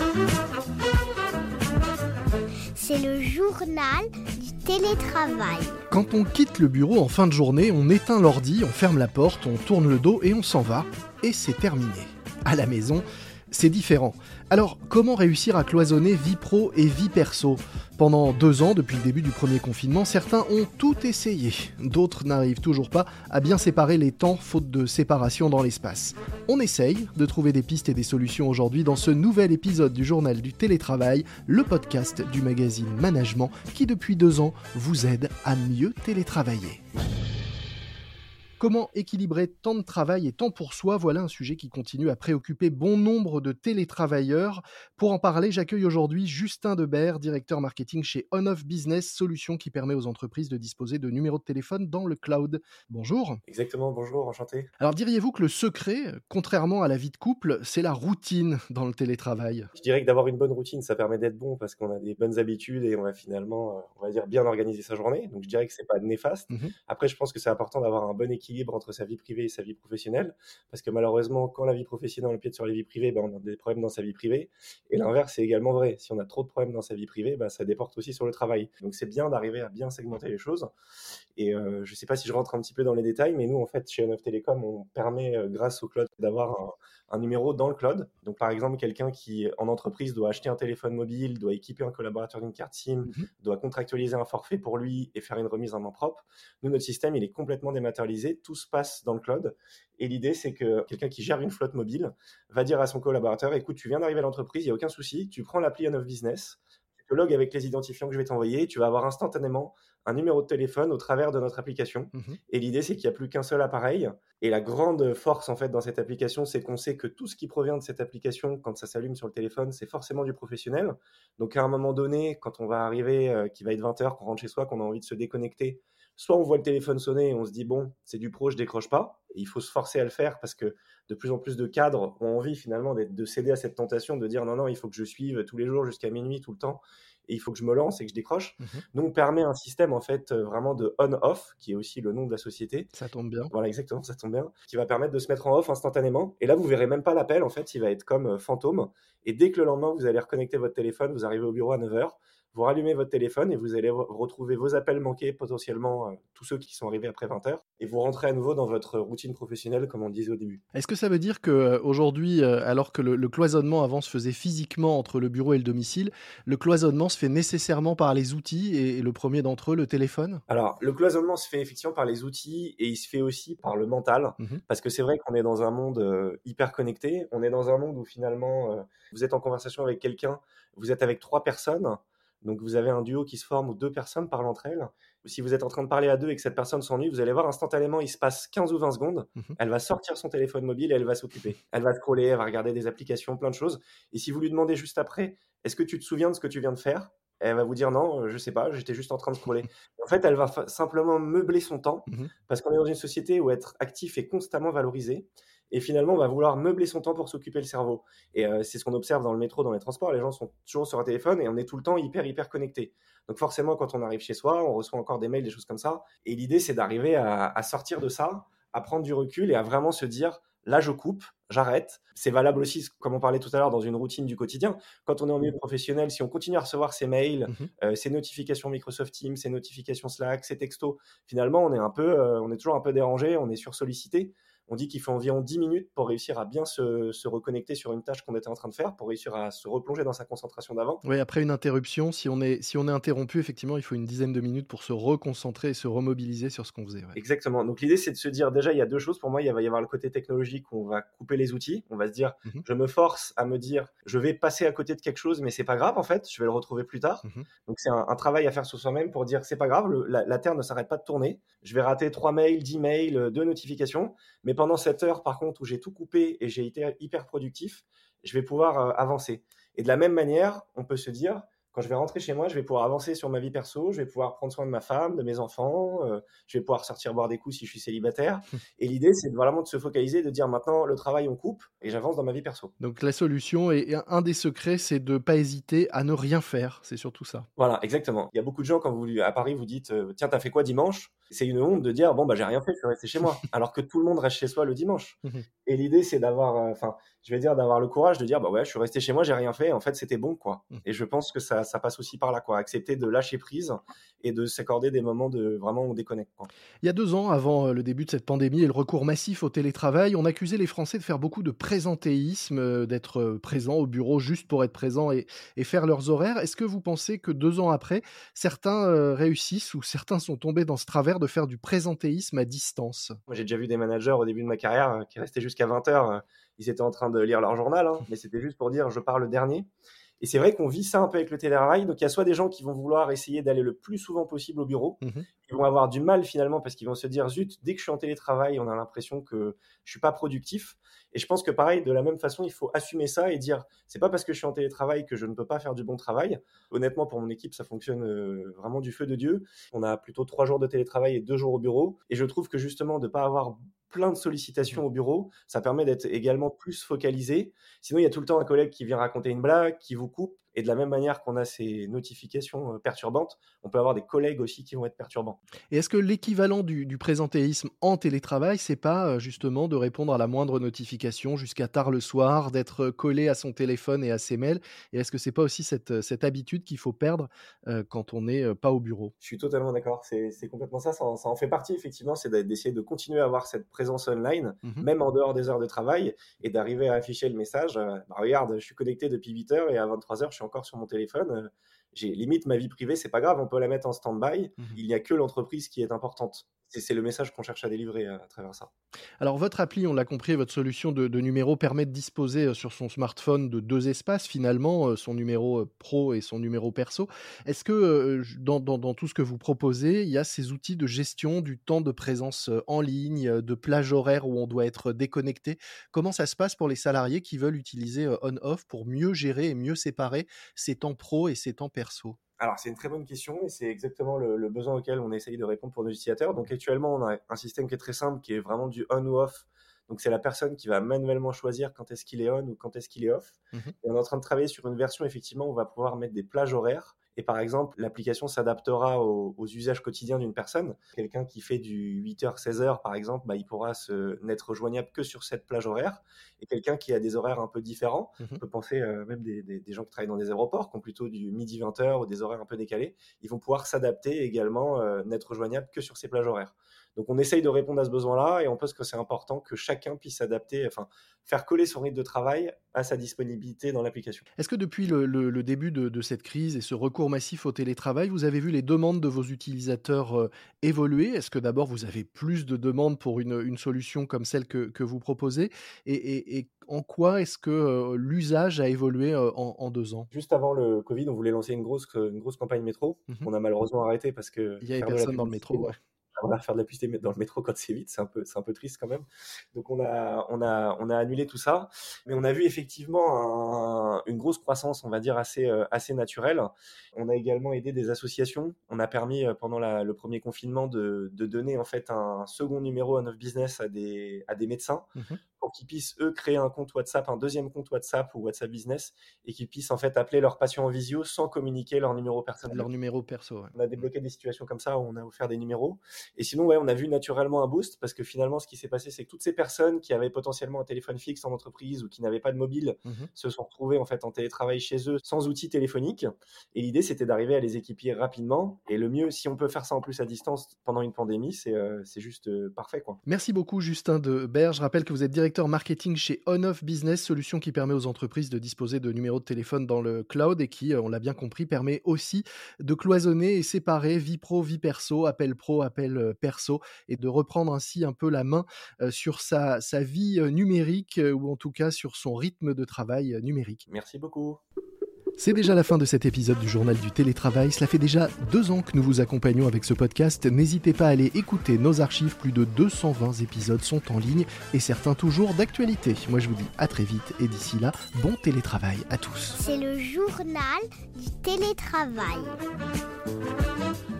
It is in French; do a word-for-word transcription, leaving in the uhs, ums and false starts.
C'est le journal du télétravail. Quand on quitte le bureau en fin de journée, on éteint l'ordi, on ferme la porte, on tourne le dos et on s'en va. Et c'est terminé. À la maison, c'est différent. Alors, comment réussir à cloisonner vie pro et vie perso ? Pendant deux ans, depuis le début du premier confinement, certains ont tout essayé. D'autres n'arrivent toujours pas à bien séparer les temps, faute de séparation dans l'espace. On essaye de trouver des pistes et des solutions aujourd'hui dans ce nouvel épisode du Journal du Télétravail, le podcast du magazine Management qui, depuis deux ans, vous aide à mieux télétravailler. Comment équilibrer temps de travail et temps pour soi ? Voilà un sujet qui continue à préoccuper bon nombre de télétravailleurs. Pour en parler, j'accueille aujourd'hui Justin Debert, directeur marketing chez On-Off Business, solution qui permet aux entreprises de disposer de numéros de téléphone dans le cloud. Bonjour. Exactement, bonjour, enchanté. Alors diriez-vous que le secret, contrairement à la vie de couple, c'est la routine dans le télétravail ? Je dirais que d'avoir une bonne routine, ça permet d'être bon parce qu'on a des bonnes habitudes et on va finalement, on va dire, bien organiser sa journée. Donc je dirais que c'est pas néfaste. Mmh. Après, je pense que c'est important d'avoir un bon équilibre équilibre entre sa vie privée et sa vie professionnelle, parce que malheureusement, quand la vie professionnelle empiète sur la vie privée, ben, on a des problèmes dans sa vie privée, et l'inverse, c'est également vrai. Si on a trop de problèmes dans sa vie privée, ben, ça déporte aussi sur le travail. Donc c'est bien d'arriver à bien segmenter les choses, et euh, je ne sais pas si je rentre un petit peu dans les détails, mais nous, en fait, chez On-Off Télécom, on permet, euh, grâce au cloud, d'avoir un, un numéro dans le cloud. Donc par exemple, quelqu'un qui, en entreprise, doit acheter un téléphone mobile, doit équiper un collaborateur d'une carte SIM, mmh. doit contractualiser un forfait pour lui et faire une remise en main propre. Nous, notre système, il est complètement dématérialisé, tout se passe dans le cloud. Et l'idée, c'est que quelqu'un qui gère une flotte mobile va dire à son collaborateur, écoute, tu viens d'arriver à l'entreprise, il n'y a aucun souci, tu prends l'appli On-Off Business, tu te logs avec les identifiants que je vais t'envoyer, tu vas avoir instantanément un numéro de téléphone au travers de notre application. Mmh. Et l'idée, c'est qu'il n'y a plus qu'un seul appareil. Et la grande force, en fait, dans cette application, c'est qu'on sait que tout ce qui provient de cette application, quand ça s'allume sur le téléphone, c'est forcément du professionnel. Donc, à un moment donné, quand on va arriver, euh, qu'il va être vingt heures, qu'on rentre chez soi, qu'on a envie de se déconnecter, soit on voit le téléphone sonner et on se dit, bon, c'est du pro, je décroche pas. Et il faut se forcer à le faire parce que de plus en plus de cadres ont envie finalement d'être, de céder à cette tentation de dire, non, non, il faut que je suive tous les jours jusqu'à minuit, tout le temps. Et il faut que je me lance et que je décroche. Mmh. Nous, on permet un système, en fait, vraiment de on-off, qui est aussi le nom de la société. Ça tombe bien. Voilà, exactement, ça tombe bien. Qui va permettre de se mettre en off instantanément. Et là, vous verrez même pas l'appel, en fait, il va être comme fantôme. Et dès que le lendemain, vous allez reconnecter votre téléphone, vous arrivez au bureau à neuf heures, vous rallumez votre téléphone et vous allez retrouver vos appels manqués, potentiellement euh, tous ceux qui sont arrivés après vingt heures, et vous rentrez à nouveau dans votre routine professionnelle, comme on disait au début. Est-ce que ça veut dire qu'aujourd'hui, euh, alors que le, le cloisonnement avant se faisait physiquement entre le bureau et le domicile, le cloisonnement se fait nécessairement par les outils et, et le premier d'entre eux, le téléphone ? Alors, le cloisonnement se fait effectivement par les outils et il se fait aussi par le mental, mmh. parce que c'est vrai qu'on est dans un monde euh, hyper connecté, on est dans un monde où finalement, euh, vous êtes en conversation avec quelqu'un, vous êtes avec trois personnes. Donc, vous avez un duo qui se forme où deux personnes parlent entre elles. Si vous êtes en train de parler à deux et que cette personne s'ennuie, vous allez voir instantanément, il se passe quinze ou vingt secondes. Mmh. Elle va sortir son téléphone mobile et elle va s'occuper. Elle va scroller, elle va regarder des applications, plein de choses. Et si vous lui demandez juste après, est-ce que tu te souviens de ce que tu viens de faire ? Elle va vous dire non, je sais pas, j'étais juste en train de scroller. En fait, elle va fa- simplement meubler son temps mmh. parce qu'on est dans une société où être actif est constamment valorisé. Et finalement, on va vouloir meubler son temps pour s'occuper le cerveau. Et euh, c'est ce qu'on observe dans le métro, dans les transports. Les gens sont toujours sur un téléphone et on est tout le temps hyper, hyper connectés. Donc forcément, quand on arrive chez soi, on reçoit encore des mails, des choses comme ça. Et l'idée, c'est d'arriver à, à sortir de ça, à prendre du recul et à vraiment se dire, là, je coupe, j'arrête. C'est valable aussi, comme on parlait tout à l'heure, dans une routine du quotidien. Quand on est en milieu professionnel, si on continue à recevoir ces mails, mmh. euh, ces notifications Microsoft Teams, ces notifications Slack, ces textos, finalement, on est un peu, euh, on est toujours un peu dérangé, on est sursollicité. On dit qu'il faut environ dix minutes pour réussir à bien se, se reconnecter sur une tâche qu'on était en train de faire, pour réussir à se replonger dans sa concentration d'avant. Oui, après une interruption, si on est, si on est interrompu, effectivement, il faut une dizaine de minutes pour se reconcentrer et se remobiliser sur ce qu'on faisait. Ouais. Exactement. Donc l'idée, c'est de se dire, déjà, il y a deux choses. Pour moi, il va y avoir le côté technologique où on va couper les outils. On va se dire, mmh. je me force à me dire, je vais passer à côté de quelque chose, mais c'est pas grave, en fait, je vais le retrouver plus tard. Mmh. Donc c'est un, un travail à faire sur soi-même pour dire, c'est pas grave, le, la, la Terre ne s'arrête pas de tourner. Je vais rater trois mails, dix mails, deux notifications, mais pendant cette heure, par contre, où j'ai tout coupé et j'ai été hyper productif, je vais pouvoir euh, avancer. Et de la même manière, on peut se dire, quand je vais rentrer chez moi, je vais pouvoir avancer sur ma vie perso, je vais pouvoir prendre soin de ma femme, de mes enfants, euh, je vais pouvoir sortir boire des coups si je suis célibataire. Et l'idée, c'est vraiment de se focaliser, de dire maintenant, le travail, on coupe et j'avance dans ma vie perso. Donc la solution, et un des secrets, c'est de ne pas hésiter à ne rien faire. C'est surtout ça. Voilà, exactement. Il y a beaucoup de gens, quand vous, à Paris, vous dites, euh, tiens, t'as fait quoi dimanche ? C'est une honte de dire, bon, bah, j'ai rien fait, je suis resté chez moi, alors que tout le monde reste chez soi le dimanche. Mmh. Et l'idée, c'est d'avoir, enfin, euh, je vais dire, d'avoir le courage de dire, bah ouais, je suis resté chez moi, j'ai rien fait, en fait, c'était bon, quoi. Mmh. Et je pense que ça, ça passe aussi par là, quoi. Accepter de lâcher prise et de s'accorder des moments de vraiment où on déconnecte, quoi. Il y a deux ans, avant le début de cette pandémie et le recours massif au télétravail, on accusait les Français de faire beaucoup de présentéisme, d'être présents au bureau juste pour être présents et, et faire leurs horaires. Est-ce que vous pensez que deux ans après, certains euh, réussissent ou certains sont tombés dans ce travers de faire du présentéisme à distance? Moi, j'ai déjà vu des managers au début de ma carrière euh, qui restaient jusqu'à vingt heures. euh, Ils étaient en train de lire leur journal, hein, mais c'était juste pour dire je pars le dernier. Et c'est vrai qu'on vit ça un peu avec le télétravail. Donc, il y a soit des gens qui vont vouloir essayer d'aller le plus souvent possible au bureau, Mmh. qui vont avoir du mal finalement parce qu'ils vont se dire zut, dès que je suis en télétravail, on a l'impression que je suis pas productif. Et je pense que pareil, de la même façon, il faut assumer ça et dire c'est pas parce que je suis en télétravail que je ne peux pas faire du bon travail. Honnêtement, pour mon équipe, ça fonctionne euh, vraiment du feu de Dieu. On a plutôt trois jours de télétravail et deux jours au bureau. Et je trouve que justement, de pas avoir plein de sollicitations au bureau, ça permet d'être également plus focalisé. Sinon, il y a tout le temps un collègue qui vient raconter une blague, qui vous coupe. Et de la même manière qu'on a ces notifications euh, perturbantes, on peut avoir des collègues aussi qui vont être perturbants. Et est-ce que l'équivalent du, du présentéisme en télétravail, c'est pas euh, justement de répondre à la moindre notification jusqu'à tard le soir, d'être collé à son téléphone et à ses mails? Et est-ce que c'est pas aussi cette, cette habitude qu'il faut perdre euh, quand on n'est euh, pas au bureau? Je suis totalement d'accord, c'est, c'est complètement ça, ça en, ça en fait partie effectivement, c'est d'essayer de continuer à avoir cette présence online, Mmh. même en dehors des heures de travail, et d'arriver à afficher le message, euh, bah regarde, je suis connecté depuis huit heures et à vingt-trois heures, je suis encore sur mon téléphone, euh, j'ai limite ma vie privée, c'est pas grave, on peut la mettre en stand-by, Mmh. il n'y a que l'entreprise qui est importante. C'est, c'est le message qu'on cherche à délivrer à, à travers ça. Alors votre appli, on l'a compris, votre solution de, de numéro permet de disposer euh, sur son smartphone de deux espaces finalement, euh, son numéro euh, pro et son numéro perso. Est-ce que euh, j- dans, dans- dans tout ce que vous proposez, il y a ces outils de gestion du temps de présence euh, en ligne, euh, de plage horaire où on doit être déconnecté? Comment ça se passe pour les salariés qui veulent utiliser euh, on-off pour mieux gérer et mieux séparer ses temps pro et ses temps perso? Alors, c'est une très bonne question et c'est exactement le, le besoin auquel on essaye de répondre pour nos utilisateurs. Donc, actuellement, on a un système qui est très simple, qui est vraiment du on ou off. Donc, c'est la personne qui va manuellement choisir quand est-ce qu'il est on ou quand est-ce qu'il est off. Mhm. Et on est en train de travailler sur une version, effectivement, où on va pouvoir mettre des plages horaires. Et par exemple, l'application s'adaptera aux, aux usages quotidiens d'une personne. Quelqu'un qui fait du huit heures seize heures, par exemple, bah, il pourra se, n'être joignable que sur cette plage horaire. Et quelqu'un qui a des horaires un peu différents, Mhm. on peut penser euh, même des, des, des gens qui travaillent dans des aéroports, qui ont plutôt du midi vingt heures ou des horaires un peu décalés, ils vont pouvoir s'adapter et également, euh, n'être joignables que sur ces plages horaires. Donc on essaye de répondre à ce besoin-là et on pense que c'est important que chacun puisse s'adapter, enfin faire coller son rythme de travail à sa disponibilité dans l'application. Est-ce que depuis le, le- le début de, de cette crise et ce recours massif au télétravail, vous avez vu les demandes de vos utilisateurs euh, évoluer? Est-ce que d'abord vous avez plus de demandes pour une, une solution comme celle que, que vous proposez? Et, et- et en quoi est-ce que euh, l'usage a évolué euh, en, en deux ans? Juste avant le Covid, on voulait lancer une grosse, une grosse campagne métro, Mhm. qu'on a malheureusement arrêté parce que Il y avait faire de la personne dans le publicité, métro, ouais. voilà, faire de la publicité dans le métro quand c'est vide, c'est un peu, c'est un peu triste quand même. Donc on a, on a, on a annulé tout ça, mais on a vu effectivement un- une grosse croissance, on va dire assez, euh, assez naturelle. On a également aidé des associations. On a permis euh, pendant la- le premier confinement de, de donner en fait un second numéro on-off business à des, à des médecins Mhm. pour qu'ils puissent eux créer un compte WhatsApp, un deuxième compte WhatsApp ou WhatsApp Business, et qu'ils puissent en fait appeler leurs patients en visio sans communiquer leur numéro personnel. Leur numéro perso, ouais. On a débloqué des situations comme ça où on a offert des numéros. Et sinon, ouais, on a vu naturellement un boost parce que finalement, ce qui s'est passé, c'est que toutes ces personnes qui avaient potentiellement un téléphone fixe en entreprise ou qui n'avaient pas de mobile Mhm. se sont retrouvées en fait en télétravail chez eux sans outils téléphoniques. Et l'idée, c'était d'arriver à les équiper rapidement. Et le mieux, si on peut faire ça en plus à distance pendant une pandémie, c'est euh, c'est juste euh, parfait, quoi. Merci beaucoup Justin de Berge. Je rappelle que vous êtes directeur marketing chez on-off Business, solution qui permet aux entreprises de disposer de numéros de téléphone dans le cloud et qui, euh, on l'a bien compris, permet aussi de cloisonner et séparer vie pro, vie perso, appel pro, appel euh, perso, et de reprendre ainsi un peu la main euh, sur sa, sa vie euh, numérique euh, ou en tout cas sur son rythme de travail euh, numérique. Merci beaucoup. C'est déjà la fin de cet épisode du Journal du Télétravail. Cela fait déjà deux ans que nous vous accompagnons avec ce podcast. N'hésitez pas à aller écouter nos archives. Plus de deux cent vingt épisodes sont en ligne et certains toujours d'actualité. Moi, je vous dis à très vite et d'ici là, bon télétravail à tous. C'est le journal du télétravail.